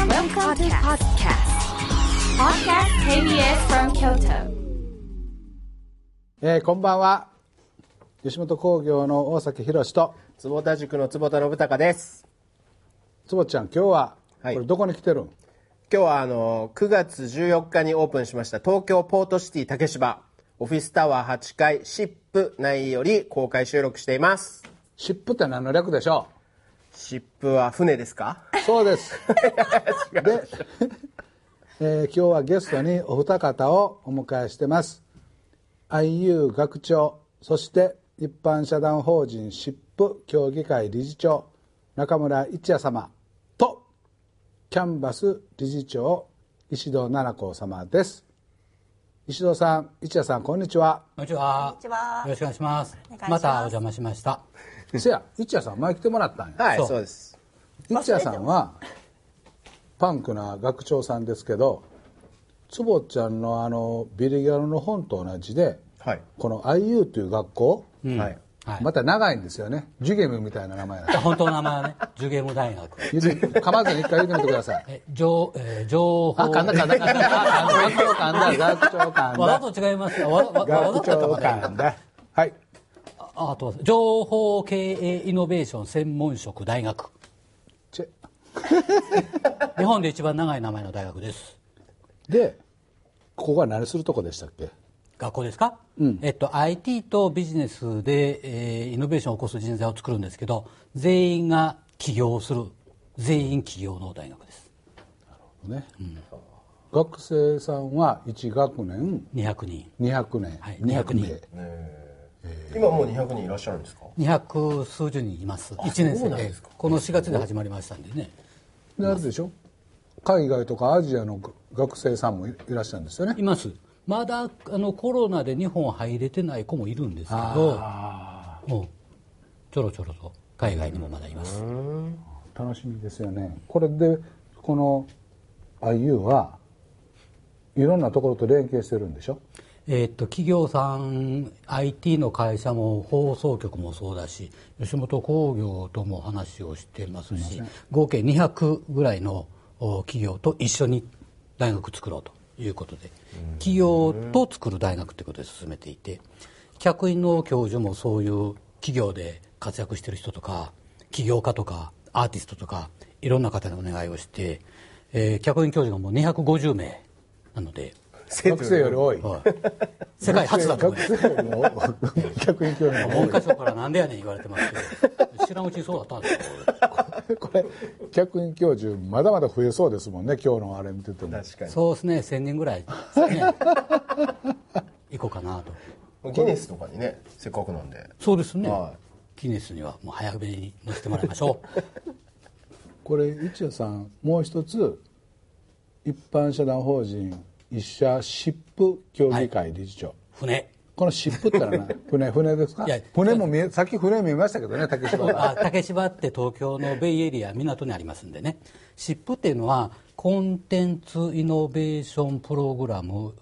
Welcome to podcast. Podcast KBS from Kyoto. こんばんは。吉本興業の大崎宏と坪田塾の坪田信孝です。 坪ちゃん、今日はこはいれどこに来てるん？ 今日は9月14日にオープンしました東京ポートシティ竹芝オフィスタワー8階シップ内より公開収録しています。 シップって何の略でしょシップは船ですか？ う？そうですで、今日はゲストにお二方をお迎えしてます。 IU 学長、そして一般社団法人シップ協議会理事長中村一也様とキャンバス理事長石戸奈々子様です。石戸さん、一也さん、こんにちは。 こんにちは。 こんにちは。 よろしくお願いします。 お願いします。 またお邪魔しました。 せや、一也さん前来てもらったんや。 はい、 そうそうです。 一也さんはパンクな学長さんですけど、坪ちゃんのビリギャルの本と同じで、 はい、 この IU という学校、 はい、 はい、 また長いんですよね。ジュゲムみたいな名前なんです。 本当の名前はね、ジュゲム大学。 噛まずに一回言ってみてください。 情報。 噛んだ。学長噛んわだ。 ざと違いますよ。わざと学長噛んだ。はい。 あとは情報経営イノベーション専門職大学。 チェ日本で一番長い名前の大学です。 で、ここは何するとこでしたっけ？ 学校ですか？IT とビジネスで、イノベーションを起こす人材を作るんですけど、全員が起業する全員起業の大学です。 ね、学生さんは1学年 200人。 200年、 はい 200名。 今もう200人いらっしゃるんですか 200数十人います。1年生でこの4月で始まりましたんでね。 であれでしょ、海外とかアジアの学生さんもいらっしゃるんですよね。 います。まだコロナで日本入れてない子もいるんですけど、ちょろちょろと海外にもまだいます。 楽しみですよね。これでこの IU はいろんなところと連携してるんでしょ？ 企業さん IT の会社も放送局もそうだし、吉本興業とも話をしてますし、合計200ぐらいの企業と一緒に大学作ろうということで、企業と作る大学ということで進めていて、客員の教授もそういう企業で活躍している人とか起業家とかアーティストとかいろんな方にお願いをして、客員教授がもう250名なので、 学生より多い、 世界初だと思います。 学生よりも客員教授の文科省からなんでやねん言われてますけど、知らんうちにそうだったんですよ。 これ客員教授まだまだ増えそうですもんね、今日のあれ見てても。 確かに。 そうですね、1000人ぐらいですね行こうかなと。 ギネスとかにね、せっかくなんで。 そうですね、 はギネスにはもう早めに載せてもらいましょうこれ一也さん、もう一つ一般社団法人一社シップ協議会理事長、 船。 このシップってのは船ですか？ いや船もさっき船見えましたけどね、竹芝が。 竹芝って東京のベイエリア港にありますんでね。シップっていうのはコンテンツイノベーションプログラム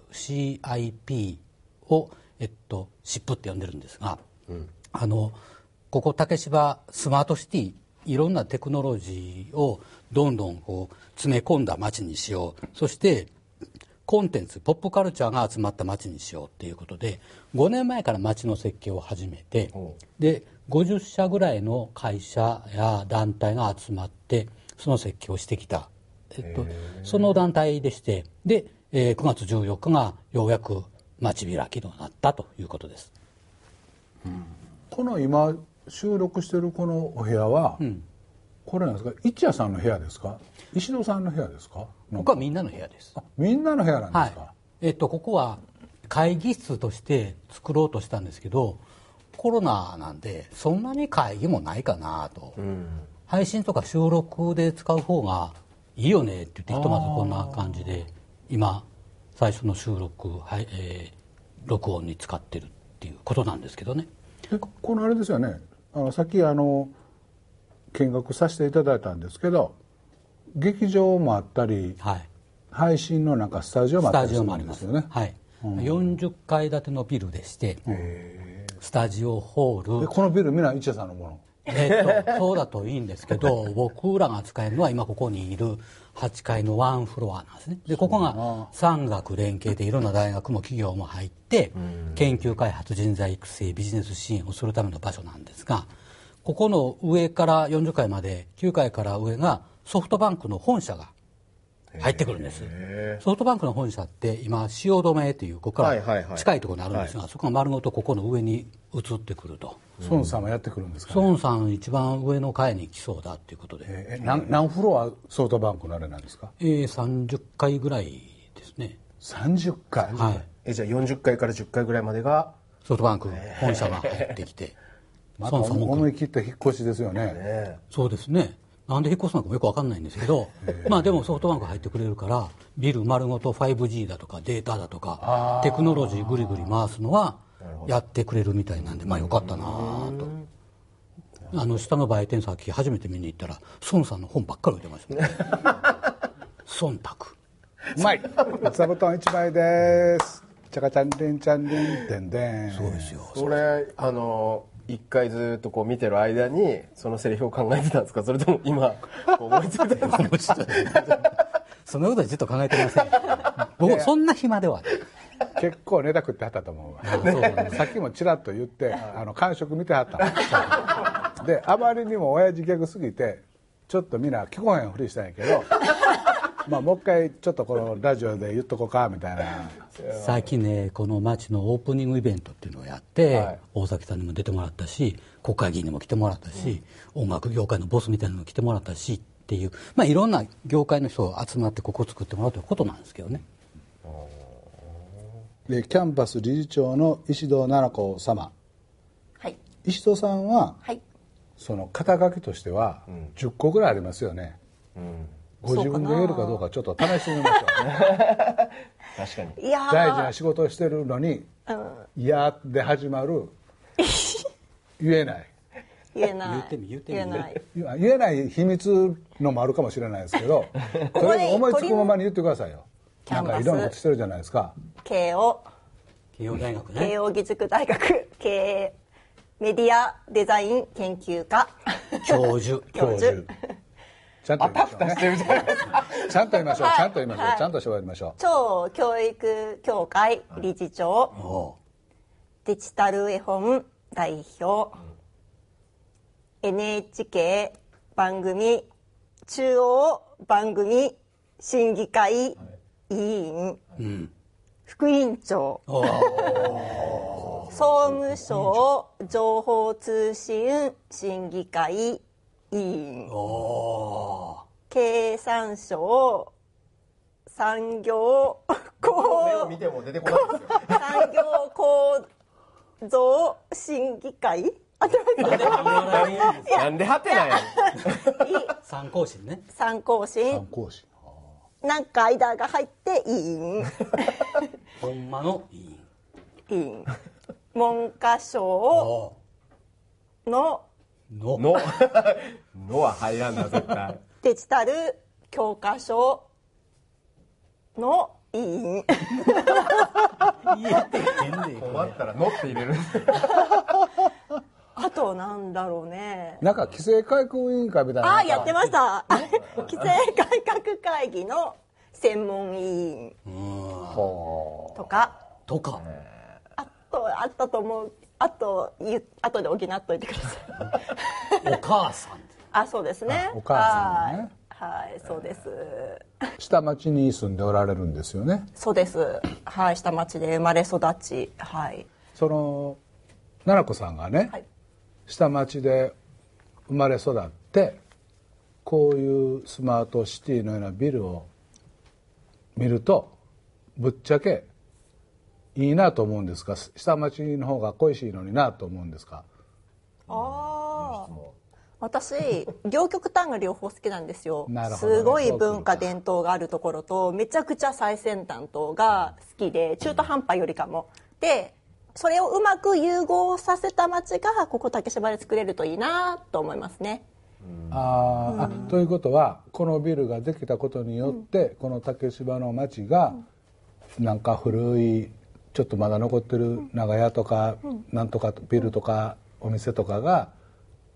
CIP を、シップって呼んでるんですが、ここ竹芝スマートシティ、いろんなテクノロジーをどんどんこう詰め込んだ街にしよう、そしてコンテンツポップカルチャーが集まった街にしようっていうことで5年前から街の設計を始めて、で50社ぐらいの会社や団体が集まってその設計をしてきた、その団体でして、で、9月14日がようやく街開きとなったということです。 この今収録してるこのお部屋は、これなんですか？一也さんの部屋ですか？石戸さんの部屋ですか？ ここはみんなの部屋です。 みんなの部屋なんですか？ はい、ここは会議室として作ろうとしたんですけど、コロナなんでそんなに会議もないかなと、配信とか収録で使う方がいいよねって言って、ひとまずこんな感じで今最初の収録、録音に使ってるっていうことなんですけどね。 このあれですよね、さっき見学させていただいたんですけど、劇場もあったり、配信のなんかスタジオもあったりするんですよね。 はい、40階建てのビルでして、スタジオホール。 このビルみんな一也さんのもの？ そうだといいんですけど僕らが使えるのは今ここにいる8階のワンフロアなんですね。でここが産学連携でいろんな大学も企業も入って研究開発人材育成ビジネス支援をするための場所なんですが、ここの上から40階まで9階から上がソフトバンクの本社が入ってくるんです。ソフトバンクの本社って今汐留というここから近いところにあるんですが、そこが丸ごとここの上に移ってくると。 孫さんもやってくるんですかね。 孫さん一番上の階に来そうだということで、 何フロアソフトバンクのあれなんですか。 30階ぐらいですね。 30階、 はい、 じゃあ40階から10階ぐらいまでがソフトバンク本社が入ってきてまた思い切った引っ越しですよね。 そうですね。なんで引っ越すのかもよく分かんないんですけどまあでもソフトバンク入ってくれるからビル丸ごと 5G だとかデータだとかテクノロジーぐりぐり回すのはやってくれるみたいなんで、まあよかったなと。下の売店先初めて見に行ったら孫さんの本ばっかり置いてましたね忖度うまい座布団1枚ですチャカチャンリンチャンリンてんでん。 そうですよ。 それ一回ずっとこう見てる間にそのセリフを考えてたんですか、それとも今思いついたんですかそんなことずっと考えてません僕そんな暇では結構ネタ食ってはったと思うわさっきもちらっと言って感触見てはったのであまりにも親父ギャグすぎてちょっとみんな聞こえへんふりしたんやけどまあもう一回ちょっとこのラジオで言っとこうかみたいな。 最近ねこの町のオープニングイベントっていうのをやって、大崎さんにも出てもらったし国会議員にも来てもらったし、音楽業界のボスみたいなのも来てもらったしっていう、まあいろんな業界の人が集まってここを作ってもらうということなんですけどね。 でキャンパス理事長の石戸奈々子様、 はい、 石戸さんは、 はい、 その肩書きとしては10個ぐらいありますよね、ご自分で言えるかどうかちょっと試してみましょう確かにいや大事な仕事をしてるのに「いや」で始まる言えない言えない言えない言えない秘密のもあるかもしれないですけどとりあえず思いつくままに言ってくださいよ。なんかいろんなことしてるじゃないですか。 慶応大学ね。 慶応義塾大学経営メディアデザイン研究科教授ちゃんと言いましょうね。ちゃんと言いましょう。ちゃんと言いましょう。ちゃんとしてみましょう。 超教育協会理事長、デジタル絵本代表、NHK 番組中央番組審議会委員、副委員長、総務省情報通信審議会委員、経産省産業目を見ても出てこないですよ産業構造審議会なんでハテナや参考審ね。 参考審なんか間が入って委員ほんまの委員文科省ののは入らんな絶対。 デジタル教科書の委員困ったらのって入れるあとなんだろうね。 なんか規制改革委員会みたいな。 やってました規制改革会議の専門委員とかあったと思う。あとで補っといてくださいお母さんそうですね。 お母さんね。 はいそうです。 下町に住んでおられるんですよね。 そうです。はい下町で生まれ育ち、はいその奈々子さんがね、下町で生まれ育ってこういうスマートシティのようなビルを見るとぶっちゃけいいなと思うんですか、下町の方が恋しいのになと思うんですか。 私両極端が両方好きなんですよなるほどね。 すごい文化伝統があるところとめちゃくちゃ最先端とが好きで中途半端よりかもでそれをうまく融合させた街がここ竹芝で作れるといいなと思いますね。 ということはこのビルができたことによって、この竹芝の街がなんか古いちょっとまだ残ってる長屋とか、なんとかビルとかお店とかが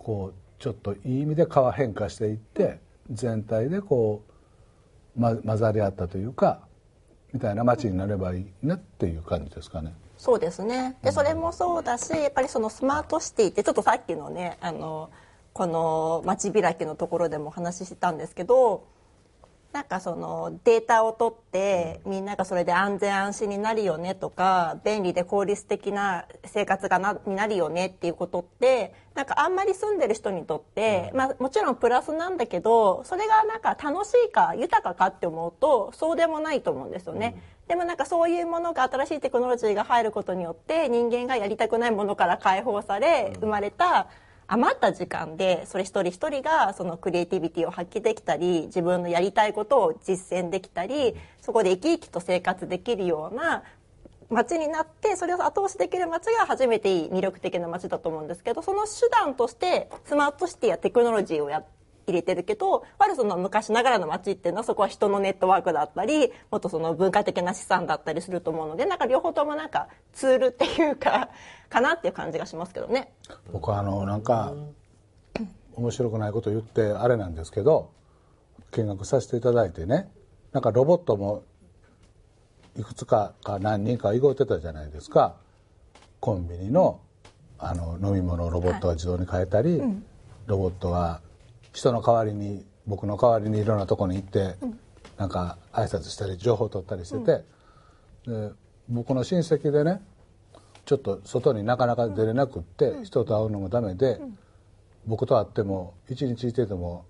こうちょっといい意味で変化していって全体でこう、混ざり合ったというかみたいな街になればいいなっていう感じですかね。 そうですね。でそれもそうだし、やっぱりそのスマートシティってちょっとさっきのねこの街開きのところでもお話ししてたんですけど、なんかそのデータを取ってみんながそれで安全安心になるよねとか便利で効率的な生活になるよねっていうことってなんかあんまり住んでる人にとって、もちろんプラスなんだけどそれがなんか楽しいか豊かかって思うとそうでもないと思うんですよね。でもなんかそういうものが新しいテクノロジーが入ることによって人間がやりたくないものから解放され生まれた余った時間でそれ一人一人がそのクリエイティビティを発揮できたり自分のやりたいことを実践できたりそこで生き生きと生活できるような街になってそれを後押しできる街が初めていい魅力的な街だと思うんですけど、その手段としてスマートシティやテクノロジーを入れてるけど、その昔ながらの街っていうのはそこは人のネットワークだったりもっとその文化的な資産だったりすると思うので、なんか両方ともなんかツールっていうかかなっていう感じがしますけどね。 僕はなんか面白くないこと言ってあれなんですけど、見学させていただいてね、なんかロボットもいくつか何人か動いてたじゃないですか。コンビニの飲み物をロボットが自動に変えたり、ロボットが人の代わりに僕の代わりにいろんなとこに行って、なんか挨拶したり情報を取ったりしてて、で僕の親戚でねちょっと外になかなか出れなくって、人と会うのもダメで、僕と会っても一日いてても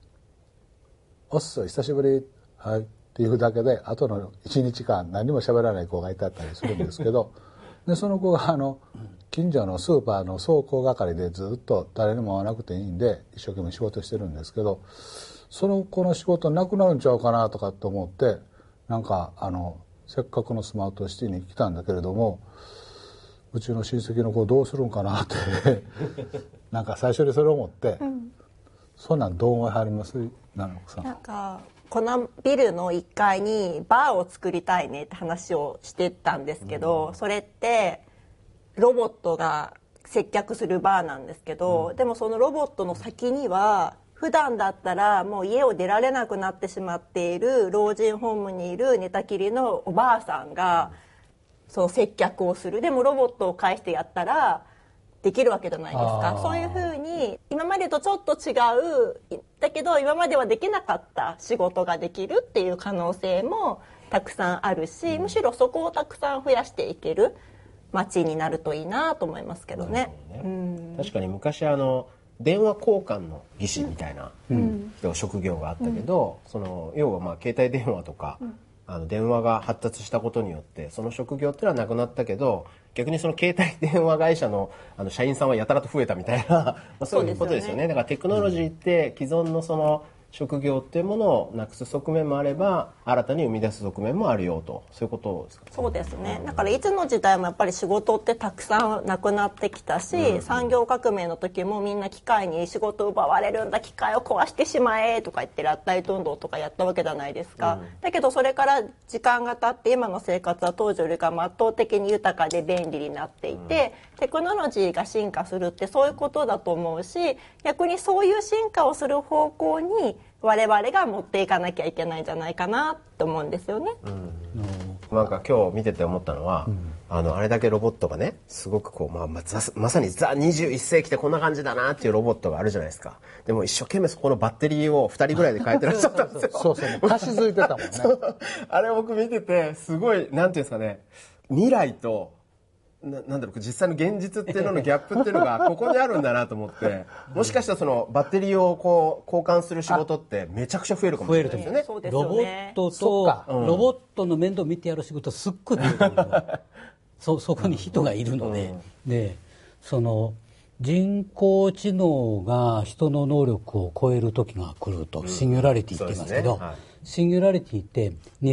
「おっそ久しぶり」はいっていうだけであとの1日間何も喋らない子がいてあったりするんですけどでその子が近所のスーパーの倉庫係でずっと誰にも会わなくていいんで一生懸命仕事してるんですけど、その子の仕事なくなるんちゃうかなとかって思って、なんかせっかくのスマートシティに来たんだけれどもうちの親戚の子どうするんかなってなんか最初にそれを思って、そんなんどう思いはります？奈々子さん。 なんかこのビルの1階にバーを作りたいねって話をしてたんですけど、それってロボットが接客するバーなんですけど、でもそのロボットの先には普段だったらもう家を出られなくなってしまっている老人ホームにいる寝たきりのおばあさんがその接客をする。でもロボットを介してやったらできるわけじゃないですか。そういうふうに今までとちょっと違うだけど今まではできなかった仕事ができるっていう可能性もたくさんあるし、むしろそこをたくさん増やしていける街になるといいなと思いますけどね。 確かに昔電話交換の技師みたいな職業があったけど、その要は携帯電話とか、電話が発達したことによってその職業っていうのはなくなったけど、逆にその携帯電話会社の社員さんはやたらと増えたみたいなそういうことですよね。だからテクノロジーって既存のその職業っていうものをなくす側面もあれば新たに生み出す側面もあるよと、そういうことですかね。 そうですね。だからいつの時代もやっぱり仕事ってたくさんなくなってきたし、産業革命の時もみんな機械に仕事を奪われるんだ、機械を壊してしまえとか言ってラッタイト運動とかやったわけじゃないですか。だけどそれから時間が経って今の生活は当時よりか圧倒的に豊かで便利になっていて、テクノロジーが進化するってそういうことだと思うし、逆にそういう進化をする方向に我々が持っていかなきゃいけないんじゃないかなと思うんですよね。 なんか今日見てて思ったのは、あれだけロボットがねすごくこう、まさにザ21世紀ってこんな感じだなっていうロボットがあるじゃないですか。でも一生懸命そこのバッテリーを2人ぐらいで変えてらっしゃったんですよ。 そう足し付いてたもんね。 あれ僕見ててすごいなんていうんですかね、未来となんだろう実際の現実っていうののギャップっていうのがここにあるんだなと思って、もしかしたらそのバッテリーをこう交換する仕事ってめちゃくちゃ増えるかもしれないですよね。 そうですよね。 ロボットと、ロボットの面倒見てやる仕事すっごい増えると思う。そこに人がいるので、でその人工知能が人の能力を超える時が来るとシンギュラリティって言いますけど、シンギュラリティって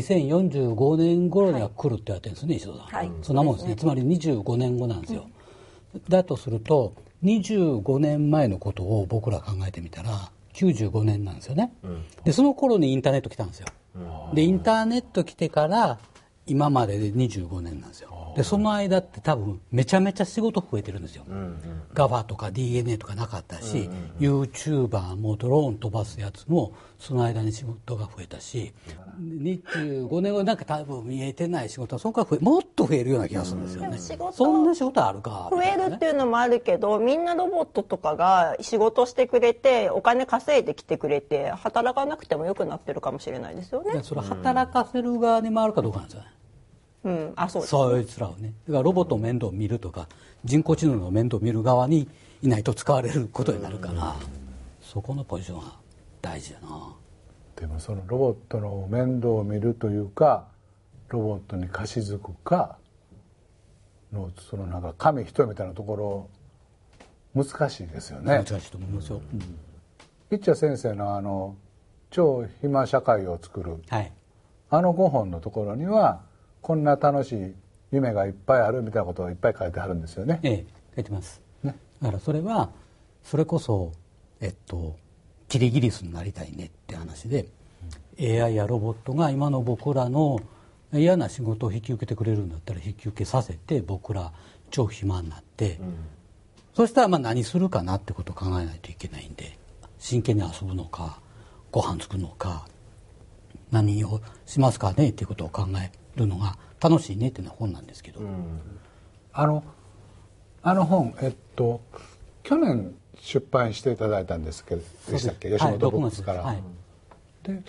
2045年頃には来るって言われてるんですね、石戸さん。そんなもんですね。つまり25年後なんですよ。だとすると25年前のことを僕ら考えてみたら95年なんですよね。でその頃にインターネット来たんですよ。でインターネット来てから今までで25年なんですよ。でその間って多分めちゃめちゃ仕事増えてるんですよ。GAFA とか DNA とかなかったし、YouTuber もドローン飛ばすやつもその間に仕事が増えたし、25年後なんか多分見えてない仕事はそこからもっと増えるような気がするんですよね。そんな仕事あるか増えるっていうのもあるけど、みんなロボットとかが仕事してくれてお金稼いできてくれて働かなくてもよくなってるかもしれないですよね。 それ働かせる側に回るかどうかなんですよね。 そうです。 そいつらをね。だからロボットの面倒を見るとか人工知能の面倒を見る側にいないと使われることになるから、そこのポジションは大事だな。 でもそのロボットの面倒を見るというか、ロボットに貸し付くかのそのなんか紙一重みたいなところ難しいですよね。 難しいと思いますよ。 ピッチャー先生の超暇社会を作る、 はい、 5本のところにはこんな楽しい夢がいっぱいあるみたいなことをいっぱい書いてあるんですよね。 書いてます、 ね。 だからそれはそれこそキリギリスになりたいねって話で、AI やロボットが今の僕らの嫌な仕事を引き受けてくれるんだったら引き受けさせて、僕ら超暇になって、そしたら何するかなってことを考えないといけないんで、真剣に遊ぶのかご飯作るのか何をしますかねっていうことを考えるのが楽しいねっていうのは本なんですけど、 あの本去年出版していただいたんですけどでしたっけ、吉本ブックスから、で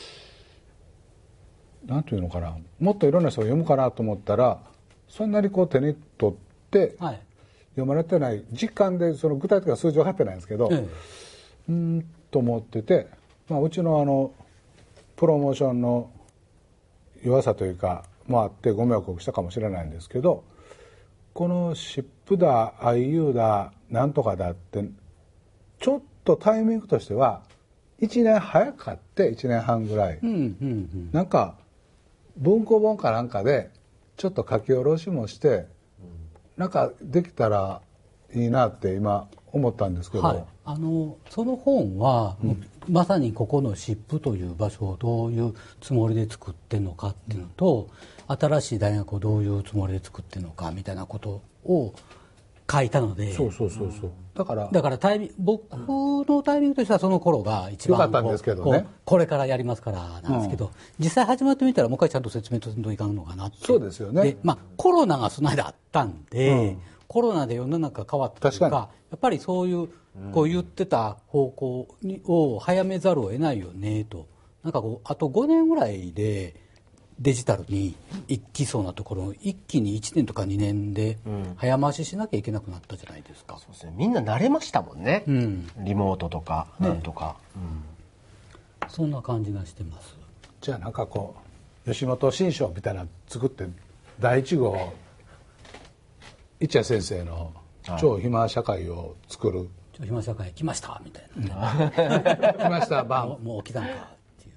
なんていうのかな、もっといろんな人が読むかなと思ったらそんなに手に取って読まれてない、実感でその具体的な数字分かってないんですけど、と思ってて、うちのプロモーションの弱さというかもあってご迷惑をしたかもしれないんですけど、このシップだ IU だなんとかだってちょっとタイミングとしては1年早かって1年半ぐらい、なんか文庫本かなんかでちょっと書き下ろしもしてなんかできたらいいなって今思ったんですけど、 その本は、まさにここのシップという場所をどういうつもりで作ってるのかっていうのと、新しい大学をどういうつもりで作ってるのかみたいなことを書いたので、 そうだから僕のタイミングとしてはその頃が一番良かったんですけどね、 これからやりますからなんですけど、実際始まってみたらもう一回ちゃんと説明とせんといかんのかなって。 そうですよね。 で、コロナがその間あったんで、コロナで世の中変わったというか、やっぱりそういう言ってた方向を早めざるを得ないよねと、なんかあと5年ぐらいでデジタルに行きそうなところを一気に1年とか2年で早回ししなきゃいけなくなったじゃないですか。 そうですね、みんな慣れましたもんね、リモートとかなんとか、 そんな感じがしてます。 じゃあなんか吉本新書みたいなの作って第1号市谷先生の超暇社会を作る、 超暇社会来ましたみたいな、 来ましたバンもう起きたんかっていう。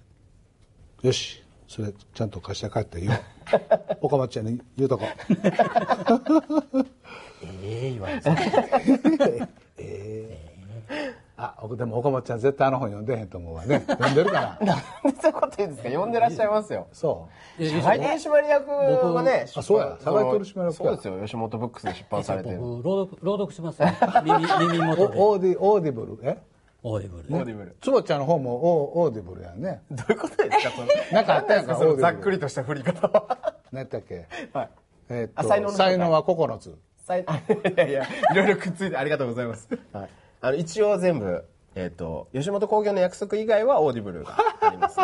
よし、それちゃんと会社帰って言おう岡松ちゃんに言うとこ言われてでも岡本ちゃん絶対本読んでへんと思うわね。読んでるかな。 なんでそういうこと言うんですか。読んでらっしゃいますよ。 そう。 社外取締役がね、 そうや、社外取締役そうですよ。吉本ブックスで出版されてる。 僕朗読しますね。耳元で。 オーディブルオーディブルね。 オーディブル。 坪ちゃんの方もオーディブルやんね。 どういうことですか。 なんかあったやんか。 ざっくりとした振り方は。 何やったっけ。 はい。 才能は9つ。 いやいろいろくっついてありがとうございます。はい。一応全部。吉本興業の約束以外はオーディブルがありますね。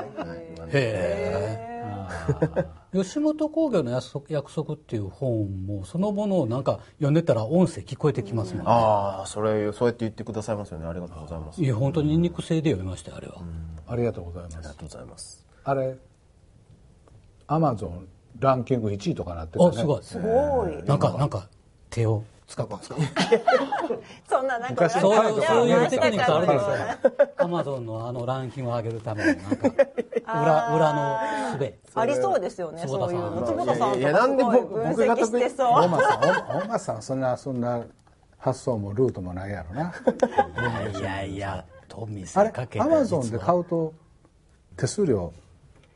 吉本興業の約束っていう本もそのものをなんか読んでたら音声聞こえてきますもんね。 そうやって言ってくださいますよね。ありがとうございます。 いや本当に肉声で読みましたよあれは。 ありがとうございます。 ありがとうございます。 あれアマゾンランキング1位とかなってたね。 すごい。 すごい。 なんか手を使ったんですか。 そんななんかそういうテクニックあるんですよ。アマゾンのランキングを上げるためのなんか裏の術。 ありそうですよね。そういうの。坪田さんいやなんで僕が得意。 本間さんそんな発想もルートもないやろな。 いやと見せあれかけた。 アマゾンで買うと手数料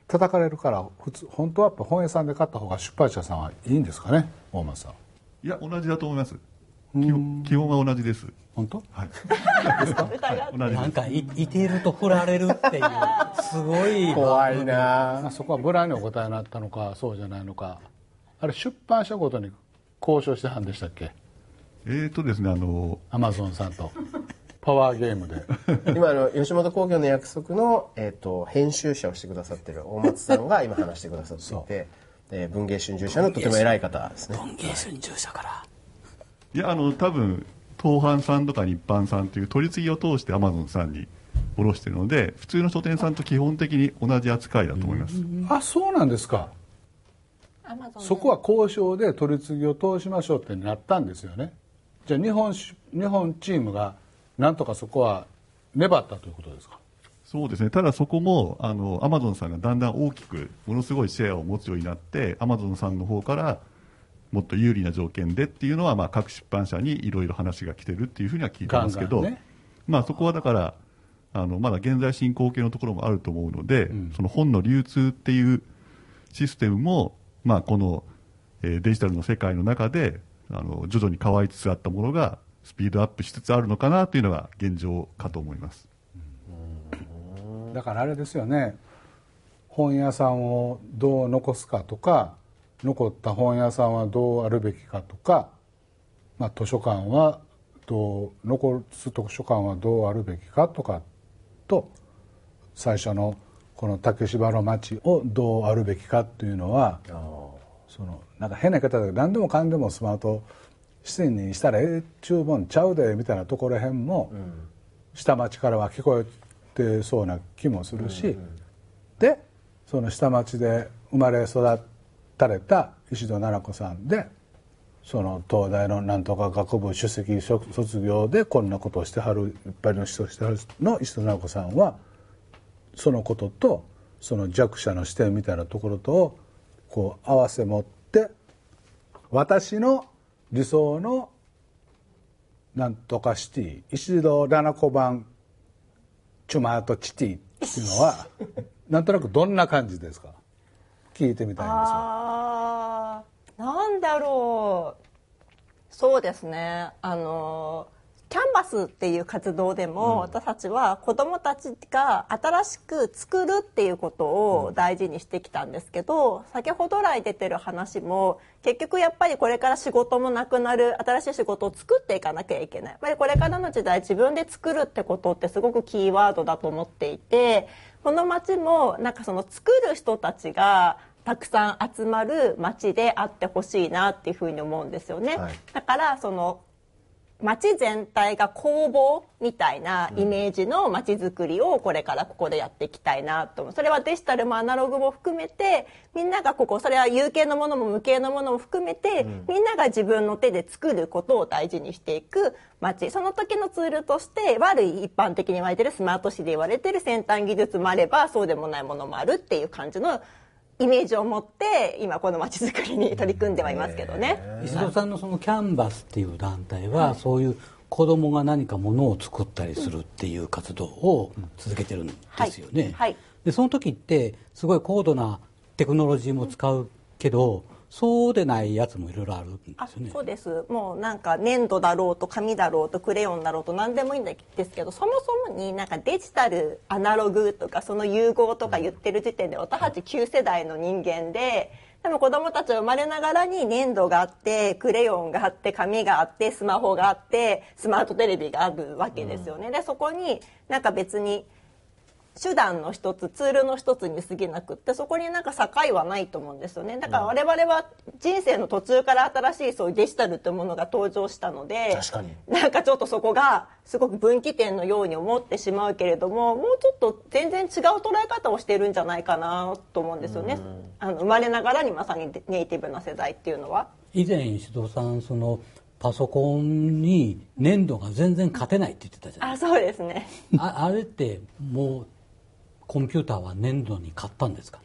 叩かれるから本当はやっぱ本屋さんで買った方が出版社さんはいいんですかね、大松さん。 いや同じだと思います。基本は同じです。 本当？ はい。 なんかいてると振られるっていうすごい怖いな。 そこはブラにお答えになったのかそうじゃないのか、あれ出版社ごとに交渉してはんでしたっけ？ ですねアマゾンさんとパワーゲームで今吉本興業の約束の、編集者をしてくださってる大松さんが今話してくださっていて文藝春秋社のとても偉い方ですね。 文藝春秋社から。 いや多分東販さんとか日販さんという取り次ぎを通してアマゾンさんに卸してるので普通の書店さんと基本的に同じ扱いだと思います。 あ、そうなんですか。そこは交渉で取り次ぎを通しましょうってなったんですよね。じゃあ日本チームがなんとかそこは粘ったということですか？ そうですね。ただそこもアマゾンさんがだんだん大きくものすごいシェアを持つようになってアマゾンさんの方からもっと有利な条件でっていうのは、各出版社にいろいろ話が来てるっていうふうには聞いてますけど、ね、そこはだからまだ現在進行形のところもあると思うので、その本の流通っていうシステムも、このデジタルの世界の中で徐々に変わりつつあったものがスピードアップしつつあるのかなというのが現状かと思います。 だからあれですよね、本屋さんをどう残すかとか残った本屋さんはどうあるべきかとか、図書館は残す図書館はどうあるべきかとかと最初のこの竹芝の町をどうあるべきかっていうのはなんか変な言い方で何でもかんでもスマートシティにしたら注文ちゃうでみたいなところへんも、下町からは聞こえてそうな気もするし、でその下町で生まれ育たれた石戸奈々子さんでその東大のなんとか学部首席卒業でこんなことをしてはるいっぱいの人をしてはるの石戸奈々子さんはそのこととその弱者の視点みたいなところとをこう合わせ持って私の理想のなんとかシティ石戸奈々子版チュマートチティっていうのはなんとなくどんな感じですか？聞いてみたいんですよ。 なんだろう。そうですね。キャンバスっていう活動でも、私たちは子どもたちが新しく作るっていうことを大事にしてきたんですけど、先ほど来出てる話も結局やっぱりこれから仕事もなくなる新しい仕事を作っていかなきゃいけない。やっぱりこれからの時代自分で作るってことってすごくキーワードだと思っていて、この町もなんかその作る人たちがたくさん集まる街であってほしいなっていうふうに思うんですよね。だからその街全体が工房みたいなイメージの街づくりをこれからここでやっていきたいなと思う。それはデジタルもアナログも含めてみんながそれは有形のものも無形のものも含めて、みんなが自分の手で作ることを大事にしていく街。その時のツールとして悪い一般的に言われてるスマート市で言われてる先端技術もあればそうでもないものもあるっていう感じのイメージを持って今この街づくりに取り組んではいますけどね。 石戸さんのそのキャンバスっていう団体は、そういう子どもが何かものを作ったりするっていう活動を続けてるんですよね。でその時ってすごい高度なテクノロジーも使うけどそうでないやつもいろいろあるんですよね。 そうです。もうなんか粘土だろうと紙だろうとクレヨンだろうと何でもいいんですけど、そもそもになんかデジタルアナログとかその融合とか言ってる時点で私たち旧世代の人間で、でも子供たちは生まれながらに粘土があってクレヨンがあって紙があってスマホがあってスマートテレビがあるわけですよね。でそこになんか別に手段の一つツールの一つに過ぎなくって、そこになんか境はないと思うんですよね。だから我々は人生の途中から新しいそういうデジタルっていうものが登場したので、なんかちょっとそこがすごく分岐点のように思ってしまうけれども、もうちょっと全然違う捉え方をしているんじゃないかなと思うんですよね。生まれながらにまさにネイティブな世代っていうのは。 以前石戸さんそのパソコンに粘土が全然勝てないって言ってたじゃないですか。 そうですね。 あれってもうコンピューターは粘土に勝ったんですか？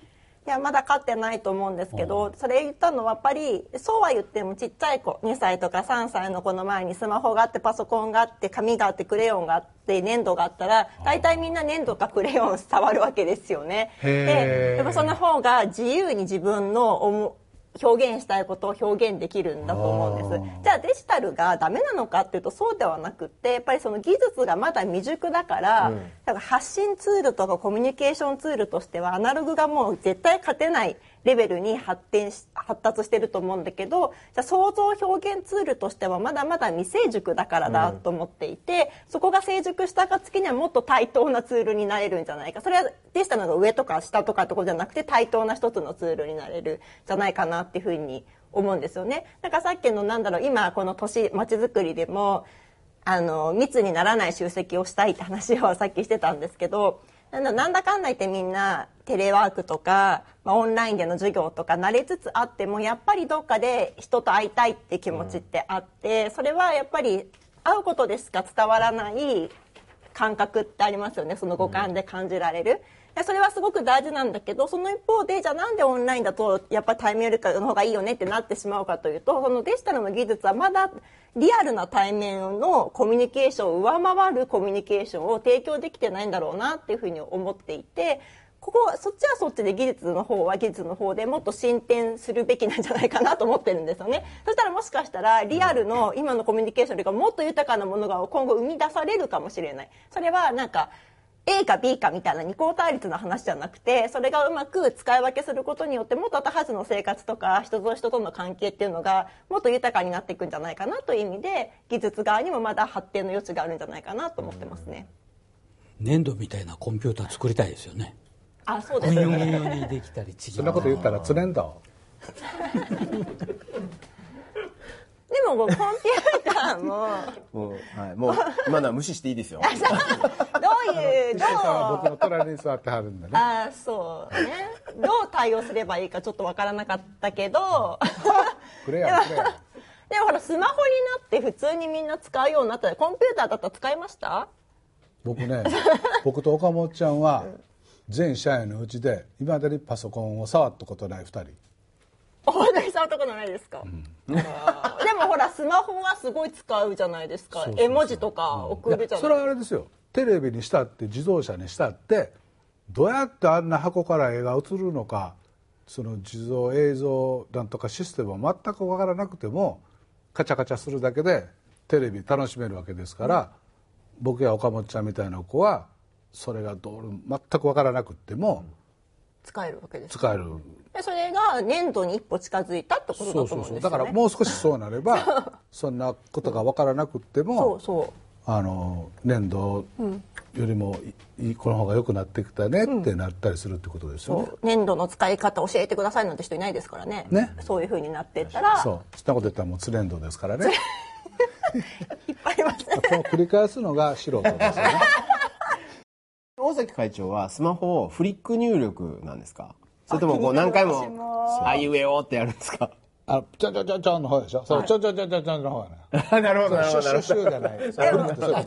いやまだ飼ってないと思うんですけど、それ言ったのはやっぱりそうは言ってもちっちゃい子2歳とか3歳の子の前にスマホがあってパソコンがあって紙があってクレヨンがあって粘土があったら大体みんな粘土かクレヨン触るわけですよね。でやっぱその方が自由に自分の表現したいことを表現できるんだと思うんです。じゃあデジタルがダメなのかっていうとそうではなくって、やっぱりその技術がまだ未熟だから、だから発信ツールとかコミュニケーションツールとしてはアナログがもう絶対勝てないレベルに発達してると思うんだけど、じゃあ想像表現ツールとしてはまだまだ未成熟だからだと思っていて、そこが成熟した暁にはもっと対等なツールになれるんじゃないか。それはデジタルの上とか下とかってことじゃなくて対等な一つのツールになれるじゃないかなっていうふうに思うんですよね。なんかさっきの今この街づくりでも密にならない集積をしたいって話をさっきしてたんですけど、なんだかんだ言ってみんなテレワークとか、オンラインでの授業とか慣れつつあってもやっぱりどっかで人と会いたいって気持ちってあって、それはやっぱり会うことでしか伝わらない感覚ってありますよね。その五感で感じられる。それはすごく大事なんだけど、その一方でじゃあなんでオンラインだとやっぱり対面よりかの方がいいよねってなってしまうかというと、そのデジタルの技術はまだリアルな対面のコミュニケーションを上回るコミュニケーションを提供できてないんだろうなっていうふうに思っていて、そっちはそっちで技術の方は技術の方でもっと進展するべきなんじゃないかなと思ってるんですよね。そしたらもしかしたらリアルの今のコミュニケーションよりかもっと豊かなものが今後生み出されるかもしれない。それはなんかA か B かみたいな二項対立の話じゃなくて、それがうまく使い分けすることによってもっと私たちの生活とか人と人との関係っていうのがもっと豊かになっていくんじゃないかなという意味で、技術側にもまだ発展の余地があるんじゃないかなと思ってますね。 粘土みたいなコンピューター作りたいですよね。 あ、そうですよね。 運用にできたりそんなこと言ったらつれんだ。 でもコンピューターももう今のは無視していいですよ。 どう僕の隣に座ってはるんだね。 あ、そうね。どう対応すればいいかちょっとわからなかったけどくれやくれや。 でもほらスマホになって普通にみんな使うようになったら、コンピューターだったら使いました？ 僕と岡本ちゃんは全社員のうちでいまだにパソコンを触ったことない2人。 本当に触ったことないですか？でもほらスマホはすごい使うじゃないですか。絵文字とか送るじゃないですか。 それはあれですよ。テレビにしたって自動車にしたってどうやってあんな箱から絵が映るのか、その自動映像なんとかシステムは全く分からなくてもカチャカチャするだけでテレビ楽しめるわけですから、僕や岡本ちゃんみたいな子はそれが全く分からなくても使えるわけです。 使える。 でそれが粘土に一歩近づいたってことだと思うんですよね。 だからもう少しそうなればそんなことが分からなくっても粘土よりもこの方が良くなってきたねってなったりするってことですよね。 粘土の使い方教えてくださいなんて人いないですからね。そういう風になってったら、 そんなこと言ったらもうツ粘土ですからね。 引っ張りますね。 この繰り返すのが素人ですよね。 大崎会長はスマホをフリック入力なんですか？それとも何回もあいうえおってやるんですか？ ちょんの方でしょ。そうちょんの方やね。なるほどなるほど。 シュッシュッじゃない。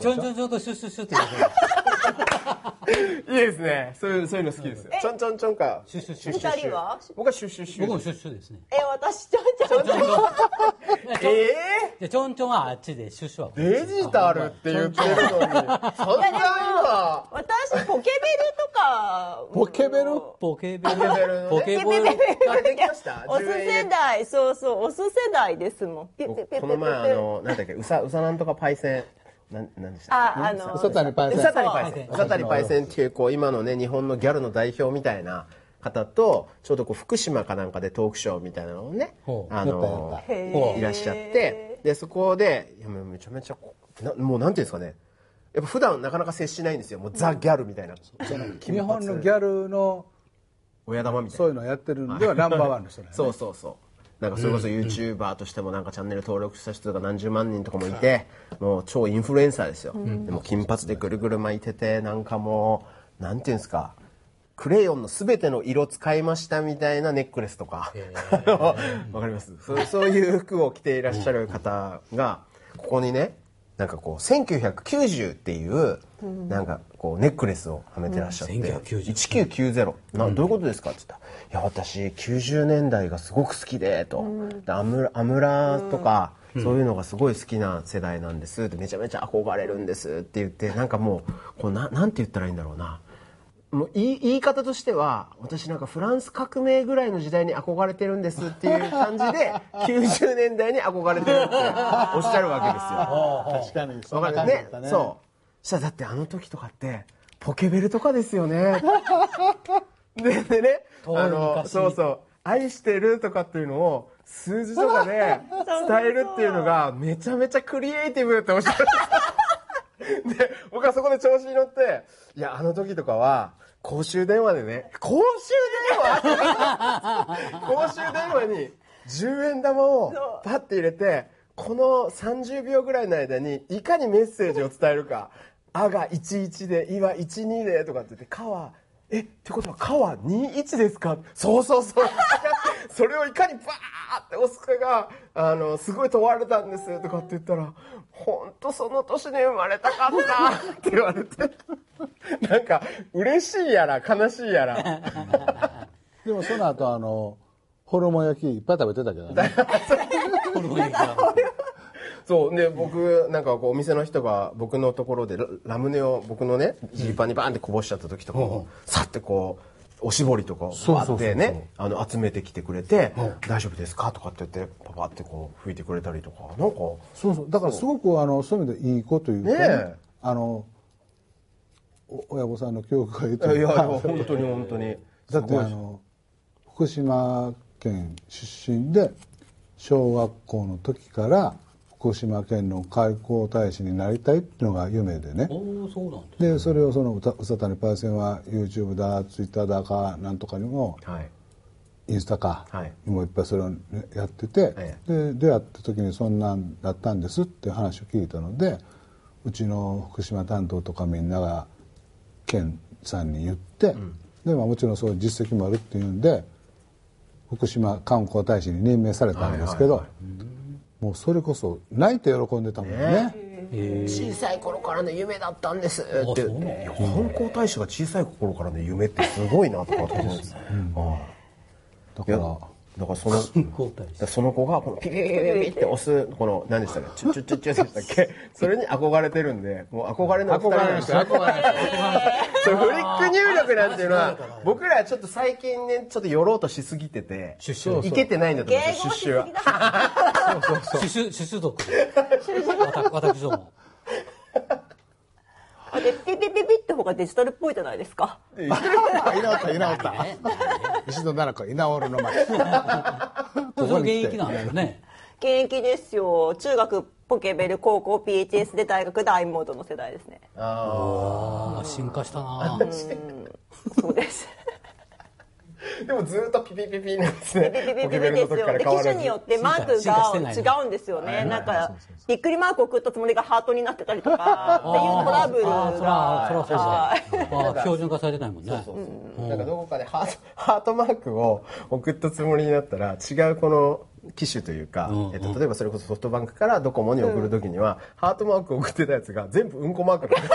ちょんとシュッシュッシュッって言う。いいですね。そういうの好きですよ。ちょんか。 シュッシュッシュッ。 二人は？ 僕はシュッシュッシュ。 僕もシュッシュですね。 私ちょん。 ちょんちょんはあっちでシュッシュはデジタルって言ってるのに。そんな今。 私ポケベルとか。 ポケベル？ ポケベル。 あれできました？ オス世代、そうオス世代ですもん。 この前なんだっけ、うさなんとかパイセン。何でしたうさたりパイセン。 うさたりパイセンっていう今のね日本のギャルの代表みたいな方とちょうど福島かなんかでトークショーみたいなのをねいらっしゃって、でそこでいやめちゃめちゃもうなんていうんですかね、やっぱ普段なかなか接しないんですよ。もうザ・ギャルみたいな。 日本のギャルの親玉みたいなそういうのやってるんではナンバーワンの人だよね。 そうなんかそれこそ YouTuber としてもなんかチャンネル登録した人が何十万人とかもいて、もう超インフルエンサーですよ。でも金髪でぐるぐる巻いてて、なんかもうなんていうんですか、クレヨンの全ての色使いましたみたいなネックレスとかわかります？そういう服を着ていらっしゃる方がここにねなんかこう1990っていうなんかこうネックレスをはめてらっしゃって、1990どういうことですかって言ったら、いや私90年代がすごく好きでと、でアムラとか、そういうのがすごい好きな世代なんですって、めちゃめちゃ憧れるんですって言って、なんかもうこうなんて言ったらいいんだろうな、もう言い方としては、私なんかフランス革命ぐらいの時代に憧れてるんですっていう感じで90年代に憧れてるっておっしゃるわけですよ。 確かにそんな感じだったね。 そう。そしたらだってあの時とかってポケベルとかですよね。でね、そうそう愛してるとかっていうのを数字とかで伝えるっていうのがめちゃめちゃクリエイティブっておっしゃる。で僕はそこで調子に乗って、いやあの時とかは公衆電話でね、公衆電話に10円玉をパッて入れて、この30秒ぐらいの間にいかにメッセージを伝えるか。あが11で、いは12でとかって言って、かはってことはかは21ですか。そうそれをいかにバーって押すかがすごい問われたんですとかって言ったら、本当その年に生まれたかったって言われてなんか嬉しいやら悲しいやらでもその後ホルモン焼きいっぱい食べてたけどね。 ホルモン焼きがそうで、僕なんかこうお店の人が僕のところでラムネを僕のねジーパンにバーンってこぼしちゃった時とかも、さってこうおしぼりとかをバーってね集めてきてくれて、大丈夫ですかとかって言ってパパってこう拭いてくれたりとか、なんかそうだからすごくそういう意味でいい子というかね、親御さんの教育がいいというか。 いや本当にだって福島県出身で小学校の時から福島県の開港大使になりたいっていうのが夢でね。 そうなんですでそれをその宇佐谷パイセンは YouTube だ Twitter だかなんとかにも、インスタかにもいっぱいそれをやってて、で出会った時にそんなんだったんですって話を聞いたので、うちの福島担当とかみんなが県さんに言って、でもちろんそういう実績もあるっていうんで福島観光大使に任命されたんですけど、もうそれこそ泣いて喜んでたもんね。 小さい頃からの夢だったんですって。観光大使が小さい頃からの夢ってすごいなとか思うんです。だからその子がこのピピピピピって押すこの何でしたっけ、チュッチュッチュッチュッでしたっけ、それに憧れてるんで、もう憧れの2人なんですよ。それフリック入力なんていうのは僕らはちょっと最近ねちょっと寄ろうとしすぎてていけてないんだと思うんですよ、出資は。 シュシュ族私どもでピピピピって方がデジタルっぽいじゃないですか。 居直った石戸奈々子居直るの前。 それ現役なんだよね。 現役ですよ。中学ポケベル、高校 PHS で、大学で i モードの世代ですね。 進化したな。 そうですでもずっとピピピピなんですね。 ピピピピピですよ。で機種によってマークが違うんですよね。なんかびっくりマークを送ったつもりがハートになってたりとかっていうトラブルが標準化されてないもんね。 なんかどこかでハートマークを送ったつもりになったら違うこの機種というか、例えばそれこそソフトバンクからドコモに送るときには、ハートマークを送ってたやつが全部うんこマークなんです。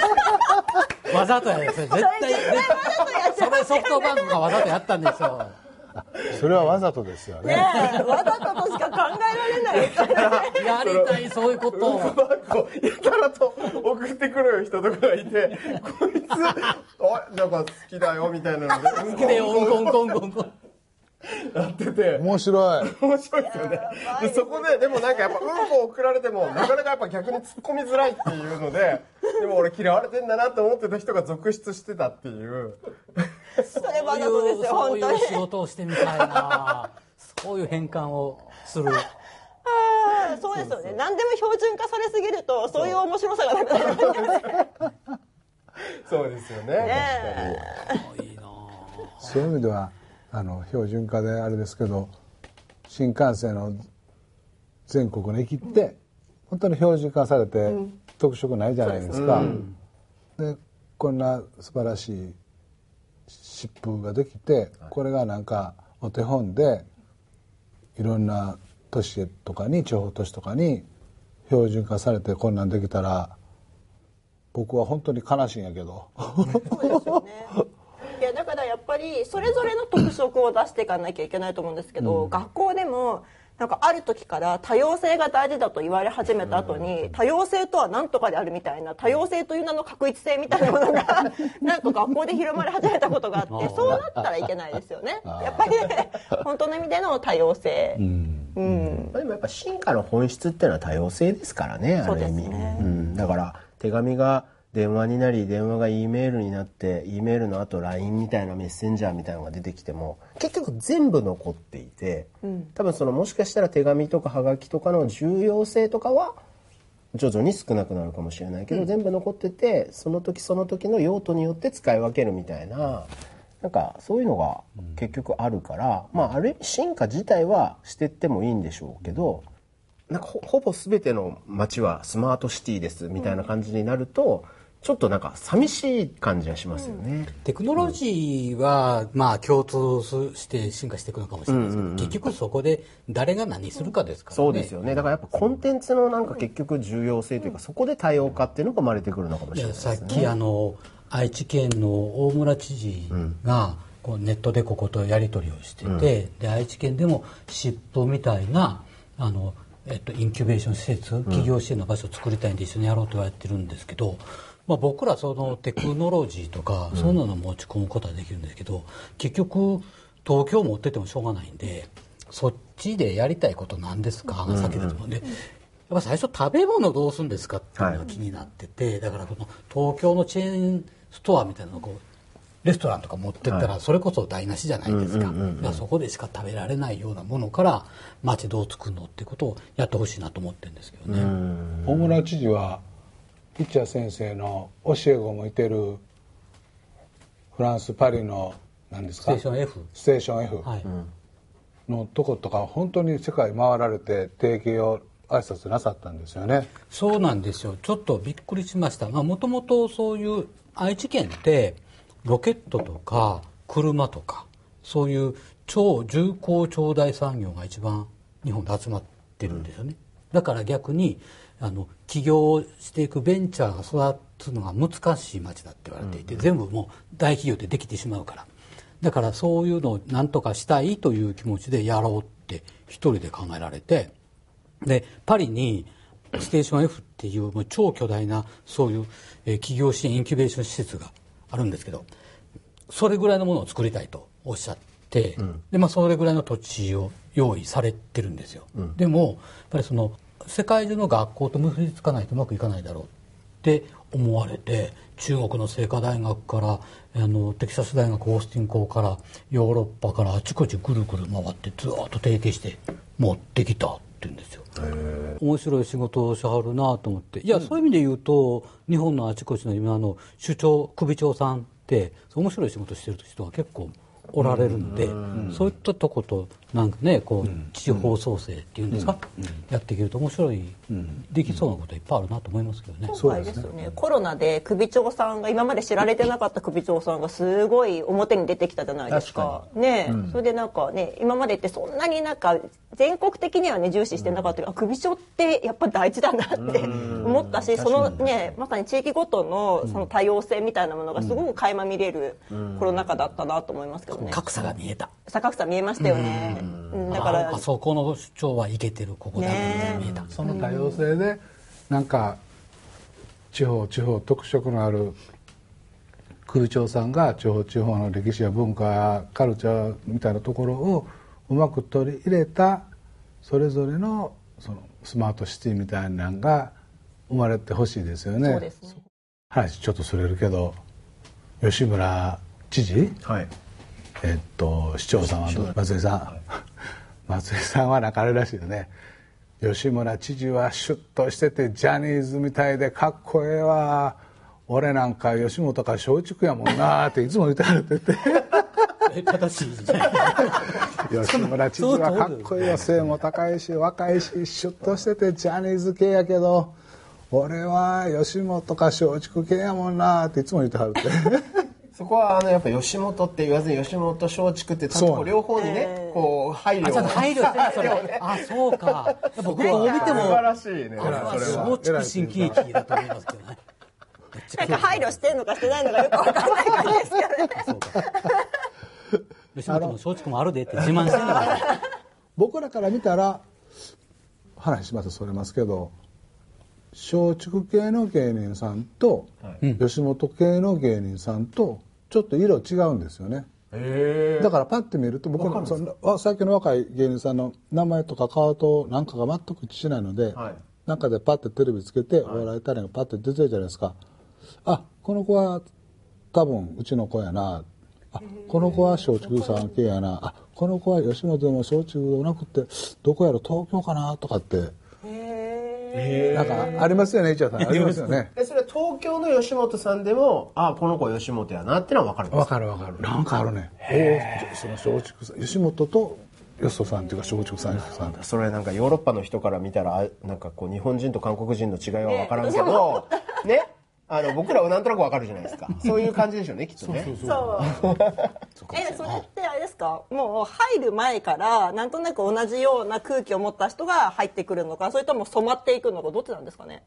わざとやですよ。絶対それソフトバンクがわざとやったんですよ。 それはわざとですよね。 わざととしか考えられないやりたい、そういうことを。 うんこマークをやたらと送ってくる人とかがいて、こいつなんか好きだよみたいなので、 好きでうんこやってて面白いですよね。でそこででもなんかやっぱうんこ送られてもなかなかやっぱ逆に突っ込みづらいっていうので、でも俺嫌われてんだなと思ってた人が続出してたっていう。 それわざとですよ、本当に。 そういう仕事をしてみたいな。そういう変換をする。 そうですよね。何でも標準化されすぎるとそういう面白さがなくなりますよね。 そうですよね。 確かに。いいな。 そういう意味では標準化であれですけど、新幹線の全国の駅って本当に標準化されて特色ないじゃないですか。でこんな素晴らしい疾風ができて、これがなんかお手本でいろんな都市とかに地方都市とかに標準化されてこんなんできたら僕は本当に悲しいんやけど。 そうですよね。いやだからやっぱりそれぞれの特色を出していかなきゃいけないと思うんですけど、学校でもなんかある時から多様性が大事だと言われ始めた後に、多様性とは何とかであるみたいな、多様性という名の確一性みたいなものがなんか学校で広まり始めたことがあって、そうなったらいけないですよね。やっぱりね、本当の意味での多様性。 でもやっぱ進化の本質っていうのは多様性ですからね、ある意味。だから手紙が電話になり、電話が E メールになって、E メールの後 LINE みたいなメッセンジャーみたいなのが出てきても結局全部残っていて、多分そのもしかしたら手紙とかハガキとかの重要性とかは徐々に少なくなるかもしれないけど、全部残っててその時その時の用途によって使い分けるみたいな、なんかそういうのが結局あるから、ある意味進化自体はしてってもいいんでしょうけど、なんかほぼ全ての街はスマートシティですみたいな感じになると、ちょっとなんか寂しい感じがしますよね。 テクノロジーは共通して進化していくのかもしれないですけど、結局そこで誰が何するかですからね。 そうですよね。だからやっぱコンテンツのなんか結局重要性というか、そこで多様化っていうのが生まれてくるのかもしれないですね。 さっき愛知県の大村知事がこうネットでこことやり取りをしてて、で愛知県でも湿布みたいなインキュベーション施設、企業支援の場所を作りたいんで一緒にやろうと言われてるんですけど、僕らそのテクノロジーとかそういうのを持ち込むことはできるんですけど、結局東京持っててもしょうがないんで、そっちでやりたいことなんですかが先だと思うんで、やっぱ最初食べ物どうするんですかっていうのが気になってて、だからこの東京のチェーンストアみたいなのをこうレストランとか持ってったらそれこそ台無しじゃないですか。だからそこでしか食べられないようなものから街どう作るのっていうことをやってほしいなと思ってるんですけどね。 大村知事はピッチャー先生の教え子もいてるフランス・パリの何ですかステーション F、 ステーション F のとことか本当に世界回られて提携を挨拶なさったんですよね。 そうなんですよ。ちょっとびっくりしました。もともとそういう愛知県ってロケットとか車とかそういう超重工長大産業が一番日本で集まってるんですよね。だから逆に起業していくベンチャーが育つのが難しい町だって言われていて、全部もう大企業でできてしまうから、だからそういうのを何とかしたいという気持ちでやろうって一人で考えられて、でパリにステーション F っていうもう超巨大なそういう企業支援インキュベーション施設があるんですけど、それぐらいのものを作りたいとおっしゃって、でそれぐらいの土地を用意されてるんですよ。でもやっぱりその世界中の学校と結びつかないとうまくいかないだろうって思われて、中国の清華大学からテキサス大学オースティン校からヨーロッパからあちこちぐるぐる回ってずっと提携して持ってきたって言うんですよ。面白い仕事をしはるなと思って、いや、そういう意味で言うと日本のあちこちの今の首長さんって面白い仕事してる人が結構おられるので、そういったとことなんかねこう地方創生っていうんですか、やっていけると面白い、できそうなこといっぱいあるなと思いますけどね。 今回ですよね、コロナで首長さんが今まで知られてなかった首長さんがすごい表に出てきたじゃないですかね。それでなんかね、今までってそんなになんか全国的にはね重視してなかったけど、首長ってやっぱ大事だなって思ったし、そのねまさに地域ごとのその多様性みたいなものがすごく垣間見れるコロナ禍だったなと思いますけどね。 格差が見えた。 格差見えましたよね。だからあそこの主張はいけてる、ここだけ見えた。 その多様性でなんか地方特色のある空調さんが地方の歴史や文化やカルチャーみたいなところをうまく取り入れたそれぞれのそのスマートシティみたいなのが生まれてほしいですよね。 そうですね。 話ちょっとそれるけど、吉村知事、市長さんは松井さん、松井さんはなんかあれらしいよね。吉村知事はシュッとしててジャニーズみたいでかっこええわ、俺なんか吉本か松竹やもんなっていつも言ってはってて正しいですね。 吉村知事はかっこいいよ、背も高いし若いしシュッとしててジャニーズ系やけど俺は吉本か松竹系やもんなっていつも言ってはるってそこはやっぱ吉本って言わずに吉本松竹ってちゃんとこう両方にねこう配慮をちゃんと配慮してねそれ。あ、そうか。僕どう見ても素晴らしいねあれはそれは松竹新喜劇だと思いますけどね。 なんか配慮してんのかしてないのかよくわかんない感じですけどね。 そうか。吉本も松竹もあるでって自慢してんのか。 僕らから見たら話しますとそれますけど松竹系の芸人さんと吉本系の芸人さんとちょっと色違うんですよね。だからパッて見ると僕のその最近の若い芸人さんの名前とか顔となんかが全く一致しないので、なんかでパッてテレビつけてお笑いタレントがパッて出てるじゃないですか。あ、この子は多分うちの子やな。あ、この子は松竹さん系やな。あ、この子は吉本でも松竹でもなくてどこやろ東京かなとかって。なんかありますよね、市田さん。ありますよね。 それは東京の吉本さんでもこの子は吉本やなってのは分かるんですか？ わかるわかる。なんかあるね。その松竹さん、吉本とよそさんっていうか松竹さん、よそさん。 それなんかヨーロッパの人から見たらなんかこう日本人と韓国人の違いは分からんけどね。僕らはなんとなくわかるじゃないですか。そういう感じでしょうね、きっとね。 そうそれってあれですか、もう入る前からなんとなく同じような空気を持った人が入ってくるのか、それとも染まっていくのか、どっちなんですかね。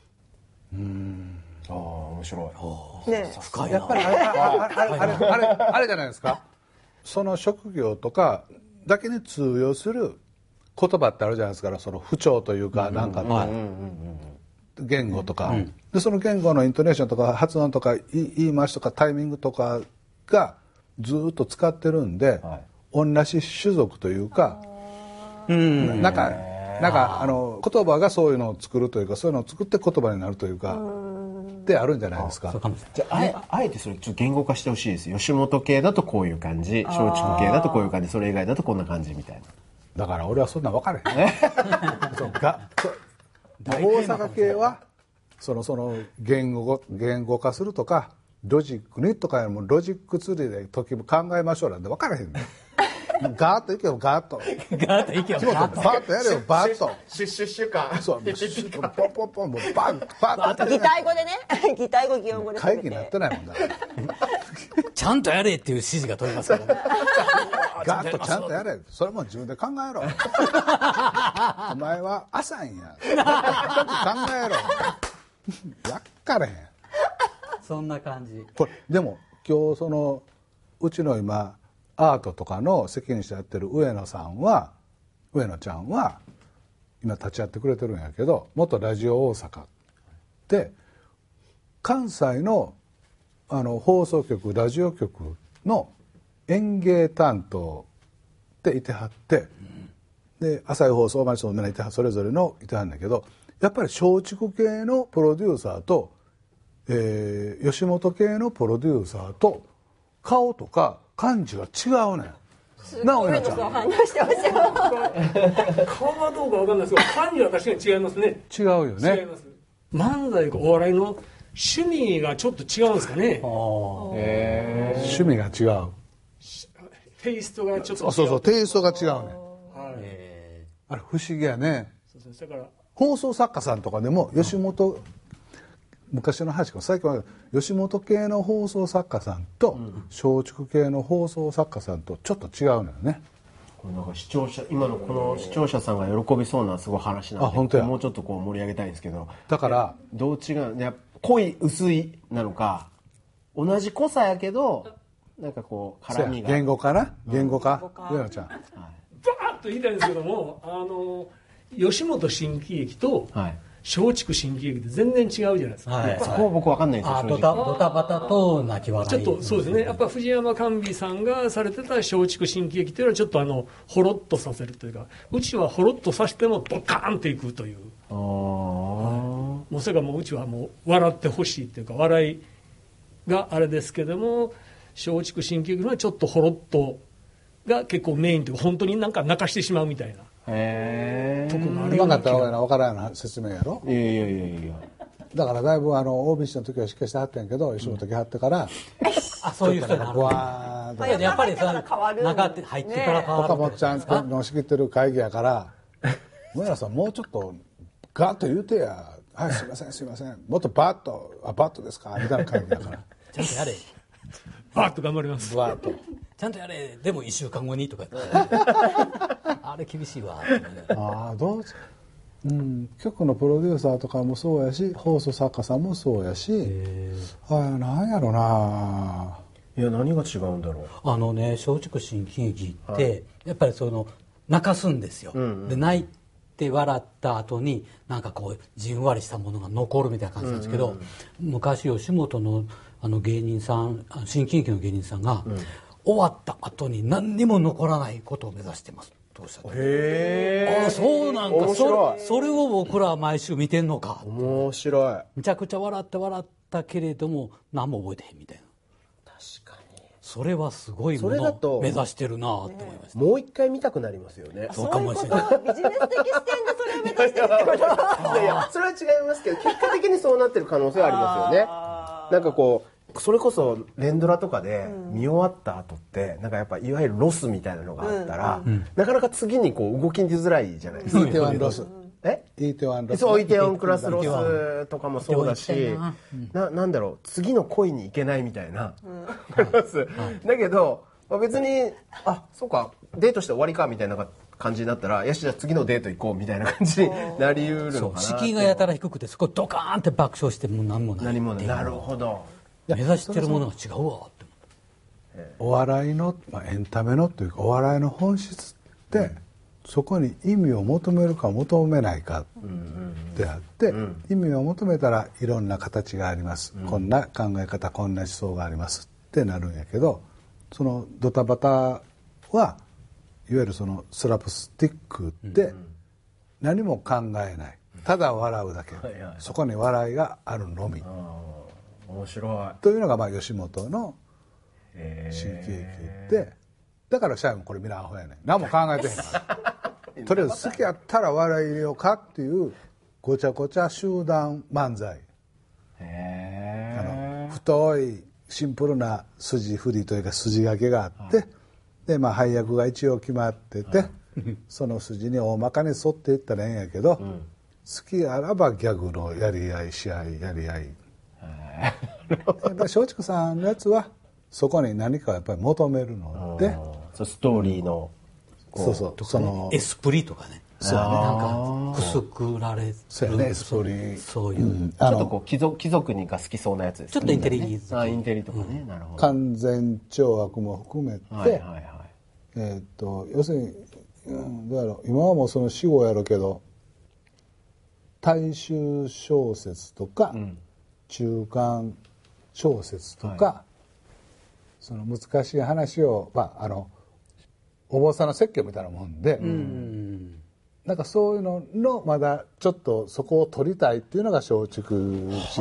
面白い。 ね、 深いな。 やっぱりあれじゃないですか。その職業とかだけに通用する言葉ってあるじゃないですか。その不調というかなんかとか。言語とか、でその言語のイントネーションとか発音とか言い回しとかタイミングとかがずっと使ってるんで、同じ種族というか、なんか言葉がそういうのを作るというか、そういうのを作って言葉になるというかであるんじゃないですか。 じゃあえてそれちょっと言語化してほしいですよ。吉本系だとこういう感じ、松竹系だとこういう感じ、それ以外だとこんな感じみたいな。 だから俺はそんな分からへん。大阪系はその言語化するとかロジックにとかよりもロジックツリーで時も考えましょうなんて分からへんねん。ガーッといけよガーッとガーッといけよバーッとやれよバーッとシュッシュッシュか。 そうポンポンポンもうバンバーッと擬態語でね、擬態語擬音語で会議になってないもんだからちゃんとやれっていう指示が取れますからね。 ガーッとちゃんとやれ。それも自分で考えろ。お前は浅いんや。ちゃんと考えろ。やっからへん。 そんな感じ。 これでも今日うちの今アートとかの責任者やってる上野ちゃんは今立ち会ってくれてるんやけど、元ラジオ大阪で関西の放送局ラジオ局の演芸担当でいてはって、で朝日放送マンションのいてはそれぞれのいてはんだけど、やっぱり松竹系のプロデューサーと、吉本系のプロデューサーと顔とか感じが違うねん。なおやちゃん。 反応してほしい。 顔はどうかわかんないですけど、感じは確かに違いますね。 違うよね。 違います。漫才かお笑いの趣味がちょっと違うんですかね。 趣味が違う。 テイストがちょっと違う。 そうテイストが違うねん。 はい。 あれ不思議やね。 そうだから放送作家さんとかでも吉本、昔の話か最近は吉本系の放送作家さんと松竹系の放送作家さんとちょっと違うのよね。 これなんか今のこの視聴者さんが喜びそうなすごい話なんで、 本当や。 もうちょっとこう盛り上げたいんですけど、 だからどう違う、濃い薄いなのか、同じ濃さやけどなんかこう絡みが言語化な、言語化、上野ちゃん。 バーッと言いたいんですけども、吉本新喜劇と松竹新喜劇って全然違うじゃないですか。 はい。 そこは僕わかんないんですよ。 ドタバタと泣き笑い。 ちょっとそうですね。やっぱ藤山寛美さんがされてた松竹新喜劇というのはちょっとほろっとさせるというか、うちはほろっとさせてもドカーンっていくという。もうそれがもううちはもう笑ってほしいというか笑いがあれですけども、松竹新喜劇のはちょっとほろっとが結構メインというか、本当になんか泣かしてしまうみたいな。とこがあるような気が。 分からんような説明やろ。 いやだからだいぶOBC の時はしっかりしてはったんやけど、吉本来はってからそういう人になる。 わーやっぱり中って入ってから変わる。 岡本ちゃんの仕切ってる会議やから上原さんもうちょっとガッと言うてや。はい、すいませんもっとバッとですかみたいな会議だからちゃんとやれ。 バーッと頑張ります。 ぶわっとちゃんとやれでも1週間後にとか言ってあれ厳しいわって思いながらああどう局のプロデューサーとかもそうやし放送作家さんもそうやしなんやろないや何が違うんだろう。 松竹新喜劇って、やっぱり泣かすんですよ、で泣いて笑った後になんかこうじんわりしたものが残るみたいな感じなんですけど、昔吉本の芸人さん新喜劇の芸人さんが、終わった後に何にも残らないことを目指してますとおっしゃって、 へえ。 そうなんか面白い。 それを僕らは毎週見てんのか、 面白い。 めちゃくちゃ笑ったけれども何も覚えてへんみたいな。 確かに。 それはすごいものを目指してるなって思いました。 もう一回見たくなりますよね。 そうかもしれない。 ビジネス的視点でそれを目指してるってこといやそれは違いますけど、結果的にそうなってる可能性はありますよね。なんかこうそれこそ連ドラとかで見終わった後ってなんかやっぱいわゆるロスみたいなのがあったら、なかなか次にこう動きづらいじゃないですか。 イーテワンロスイーテワンロスそうイーテワンクラスロスとかもそうだし、なんだろう次の恋に行けないみたいな、だけど別にそうかデートして終わりかみたいな感じになったら、よしじゃあ次のデート行こうみたいな感じになりうるのかな。 敷居がやたら低くてそこドカーンって爆笑しても何もない。 何もない。なるほど。 目指してるものが違うわって。 お笑いの、エンタメのというかお笑いの本質って、そこに意味を求めるか求めないかであって、意味を求めたらいろんな形があります、こんな考え方こんな思想がありますってなるんやけど、そのドタバタはいわゆるそのスラップスティックって何も考えない、ただ笑うだけ、そこに笑いがあるのみ。 面白いというのが吉本の新喜劇ってだから社員もこれ見なアホやねん、何も考えてへんからとりあえず好きやったら笑い入れようかっていうごちゃごちゃ集団漫才、太いシンプルな筋振りというか筋書きがあって、で配役が一応決まってて、その筋に大まかに沿っていったらええんやけど、好きあらばギャグのやり合い試合やり合い松竹さんのやつはそこに何かやっぱり求めるので、 ストーリーのそうそのエスプリとかね、 そうやね、 なんかくすくられる、 そうやね、エスプリそういう、 ちょっとこう貴族にが好きそうなやつですね。 ちょっとインテリインテリとかね、なるほど。 完全懲悪も含めて、要するに、どうやろう、今はもうその死後やろうけど大衆小説とか、中間小説とか、その難しい話を、お坊さんの説教みたいなもんで、なんかそういうののまだちょっとそこを取りたいっていうのが松竹新喜劇、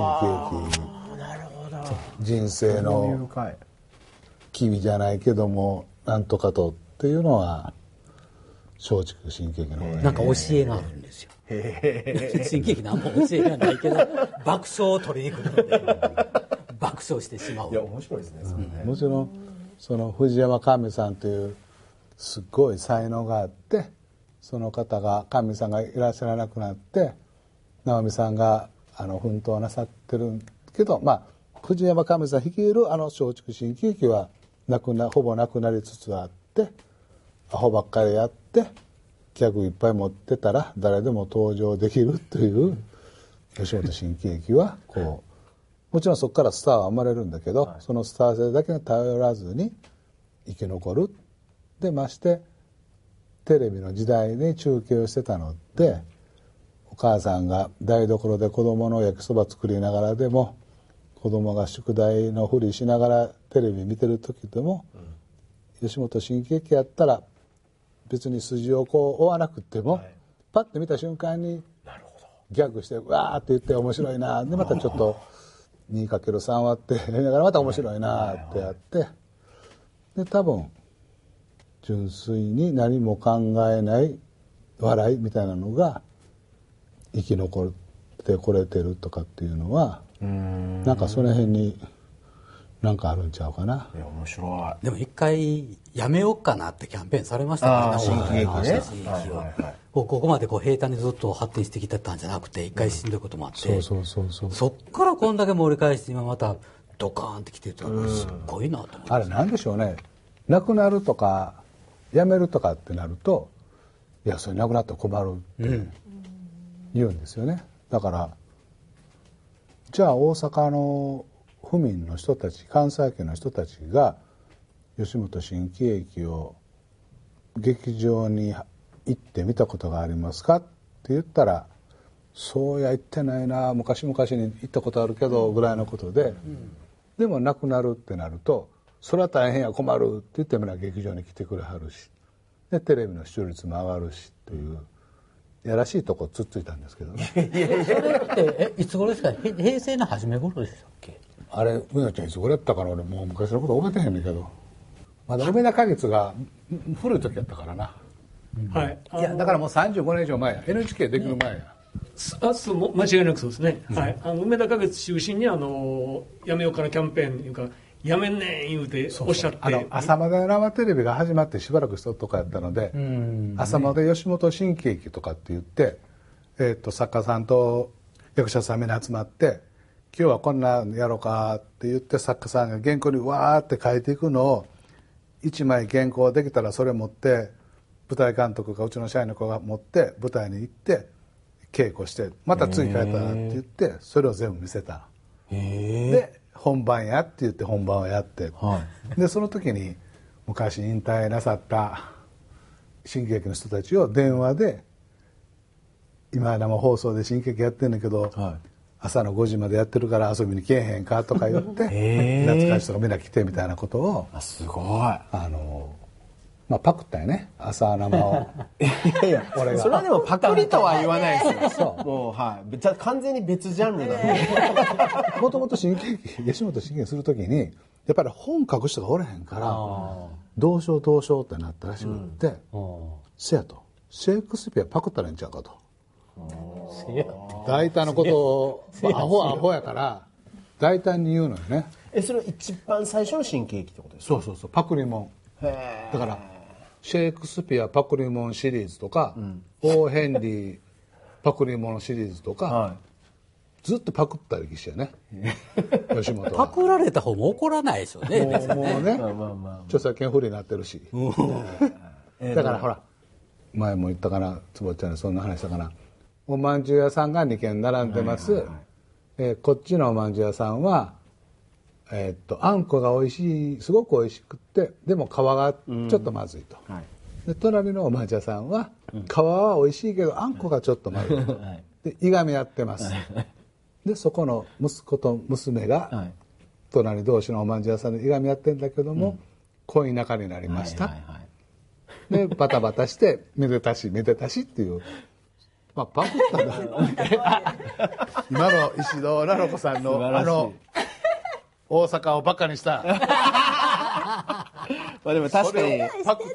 人生の君じゃないけどもなんとかとっていうのは松竹新喜劇の方がなんか教えがあるんですよ。新喜劇なんも教えがないけど爆笑を取りに来るので爆笑してしまう。 いや面白いですね、それね。 もちろんその藤山寛美さんというすっごい才能があって、その方が寛美さんがいらっしゃらなくなって直美さんが奮闘なさってるけど、藤山寛美さん率いる松竹新喜劇はほぼなくなりつつあって、アホばっかりやって客いっぱい持ってたら誰でも登場できるという吉本新喜劇はこうもちろんそこからスターは生まれるんだけど、そのスター性だけに頼らずに生き残る。でましてテレビの時代に中継をしてたので、お母さんが台所で子供の焼きそば作りながらでも子供が宿題のふりしながらテレビ見てる時でも、吉本新喜劇やったら別に筋をこう追わなくても、パッて見た瞬間にギャグしてわーって言って面白いな、でまたちょっと 2×3 割ってやりながらまた面白いなってやって、で多分純粋に何も考えない笑いみたいなのが生き残ってこれてるとかっていうのはなんかその辺になんかあるんちゃうかな。 いや面白い。 でも一回やめようかなってキャンペーンされましたからね、 新喜劇ね。 ここまでこう平坦にずっと発展してきてたんじゃなくて、一回しんどいこともあって、 そうそっからこんだけ盛り返して今またドカーンってきてたらすっごいなと思って、 あれなんでしょうね、亡くなるとか辞めるとかってなると、いやそれ亡くなったら困るって言うんですよね。だからじゃあ大阪の府民の人たち、関西圏の人たちが吉本新喜劇を劇場に行って見たことがありますかって言ったら、そうや行ってないな、昔々に行ったことあるけどぐらいのことで、でも亡くなるってなると、それは大変や困るって言ってみんな劇場に来てくれはるし、でテレビの視聴率も上がるしというやらしいとこつっついたんですけどね。 それっていつ頃ですか？平成の初め頃でしたっけ？ あれ梅田ちゃんいつ頃やったかな、俺もう昔のこと覚えてへんねんけど、まだ梅田花月が古い時やったからな、 はい、 いやだからもう35年以上前や、 NHK できる前や、 そう間違いなくそうですね、はい、梅田花月中心にやめようかなキャンペーンいうか、やめんねん言うておっしゃって、 朝まで生テレビが始まってしばらくしたとかやったので、朝まで吉本新喜劇とかって言って、作家さんと役者さんみんな集まって、今日はこんなんやろうかって言って、作家さんが原稿にわーって書いていくのを1枚原稿できたらそれ持って舞台監督がうちの社員の子が持って舞台に行って稽古して、また次帰ったらって言ってそれを全部見せた。で本番やって言って本番をやって、でその時に昔引退なさった新喜劇の人たちを電話で、今生放送で新喜劇やってんねんけど、朝の5時までやってるから遊びに来えへんかとか言って懐かしい人がみんな来てみたいなことを、 すごいパクったよね、朝生を。 いやいや、 俺がそれはでもパクリとは言わないですよ。もうはいじゃ完全に別ジャンルなんで。 もともと新喜劇、吉本新喜劇するときにやっぱり本書く人がおれへんから、どうしようってなったらしくって、せやとシェイクスピアパクったらいいんちゃうかと。大体のことをアホやから大体に言うのよね。 それ一番最初の新喜劇ってことですか？ そうパクリモンだから、シェイクスピアパクリモンシリーズとか、オー・ヘンリーパクリモンシリーズとか、ずっとパクった歴史やね。吉本はパクられた方も怒らないでしょうね。 もうね、著作権不利になってるし。だからほら、前も言ったかな、坪ちゃんにそんな話したかな、おまんじゅう屋さんが2軒並んでます、こっちのおまんじゅう屋さんはあんこが美味しい、すごく美味しくって、でも皮がちょっとまずいと、で隣のおまんじゅう屋さんは、皮は美味しいけどあんこがちょっとまずいと、でいがみ合ってます、でそこの息子と娘が、隣同士のおまんじゅう屋さんでいがみ合ってるんだけども、恋仲になりました、でバタバタしてめでたしっていう、パクったんだ今の石戸奈々子さんの大阪をバカにしたまあでも確かに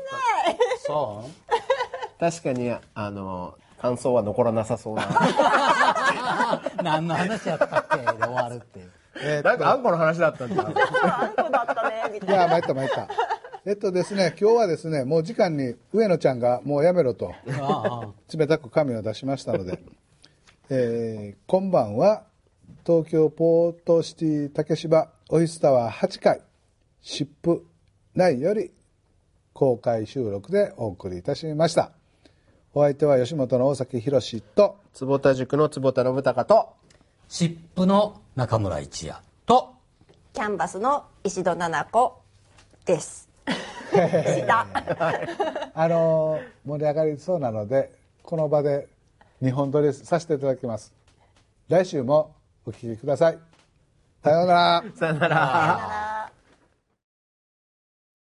確かに感想は残らなさそうな何の話やったっけで終わるっていう。 なんかあんこの話だったんだ。 あんこだったねみたいな。 いや参ったですね、今日はですね、もう時間に上野ちゃんがもうやめろと冷たく紙を出しましたので、今晩は東京ポートシティ竹芝オフィスタワー8階シップ内より公開収録でお送りいたしました。お相手は吉本の大崎宏と坪田塾の坪田信孝とシップの中村一也とキャンバスの石戸奈々子ですした盛り上がりそうなのでこの場で2本撮りさせていただきます。来週もお聞きください。さようなら。 さよなら。